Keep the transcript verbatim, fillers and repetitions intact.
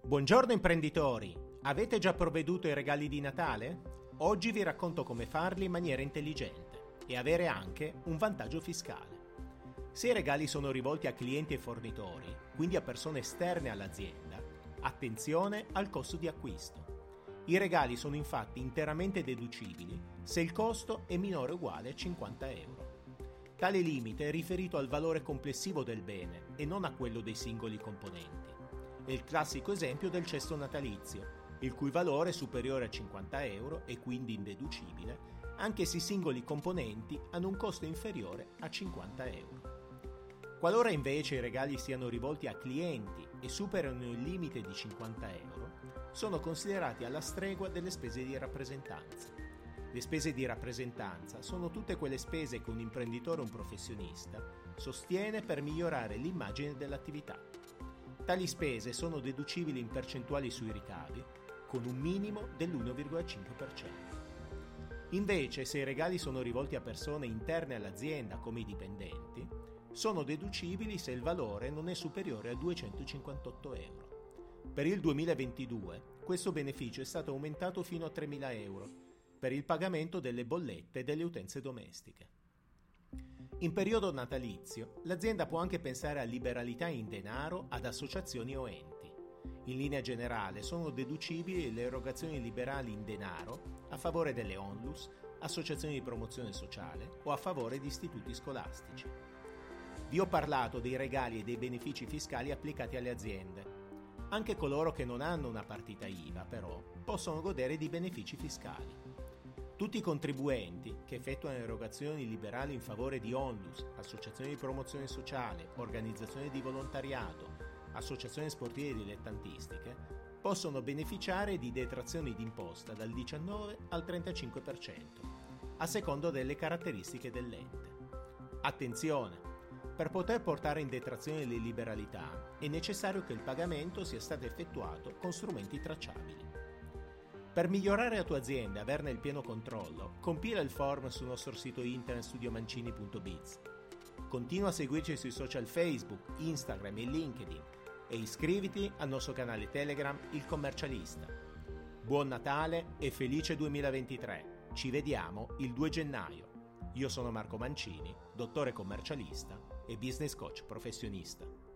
Buongiorno imprenditori! Avete già provveduto ai regali di Natale? Oggi vi racconto come farli in maniera intelligente e avere anche un vantaggio fiscale. Se i regali sono rivolti a clienti e fornitori, quindi a persone esterne all'azienda, attenzione al costo di acquisto. I regali sono infatti interamente deducibili se il costo è minore o uguale a cinquanta euro. Tale limite è riferito al valore complessivo del bene e non a quello dei singoli componenti. È il classico esempio del cesto natalizio, il cui valore è superiore a cinquanta euro e quindi indeducibile, anche se i singoli componenti hanno un costo inferiore a cinquanta euro. Qualora invece i regali siano rivolti a clienti e superano il limite di cinquanta euro, sono considerati alla stregua delle spese di rappresentanza. Le spese di rappresentanza sono tutte quelle spese che un imprenditore o un professionista sostiene per migliorare l'immagine dell'attività. Tali spese sono deducibili in percentuali sui ricavi, con un minimo dell'uno virgola cinque per cento. Invece, se i regali sono rivolti a persone interne all'azienda come i dipendenti, sono deducibili se il valore non è superiore a duecentocinquantotto euro. Per il duemilaventidue questo beneficio è stato aumentato fino a tremila euro per il pagamento delle bollette delle utenze domestiche. In periodo natalizio, l'azienda può anche pensare a liberalità in denaro ad associazioni o enti. In linea generale sono deducibili le erogazioni liberali in denaro a favore delle onlus, associazioni di promozione sociale o a favore di istituti scolastici. Vi ho parlato dei regali e dei benefici fiscali applicati alle aziende. Anche coloro che non hanno una partita I V A, però, possono godere di benefici fiscali. Tutti i contribuenti che effettuano erogazioni liberali in favore di onlus, associazioni di promozione sociale, organizzazioni di volontariato, associazioni sportive dilettantistiche, possono beneficiare di detrazioni d'imposta dal diciannove al trentacinque per cento, a seconda delle caratteristiche dell'ente. Attenzione! Per poter portare in detrazione le liberalità è necessario che il pagamento sia stato effettuato con strumenti tracciabili. Per migliorare la tua azienda e averne il pieno controllo, compila il form sul nostro sito internet studio mancini punto biz. Continua a seguirci sui social Facebook, Instagram e LinkedIn e iscriviti al nostro canale Telegram Il Commercialista. Buon Natale e felice duemilaventitré! Ci vediamo il due gennaio. Io sono Marco Mancini, dottore commercialista e business coach professionista.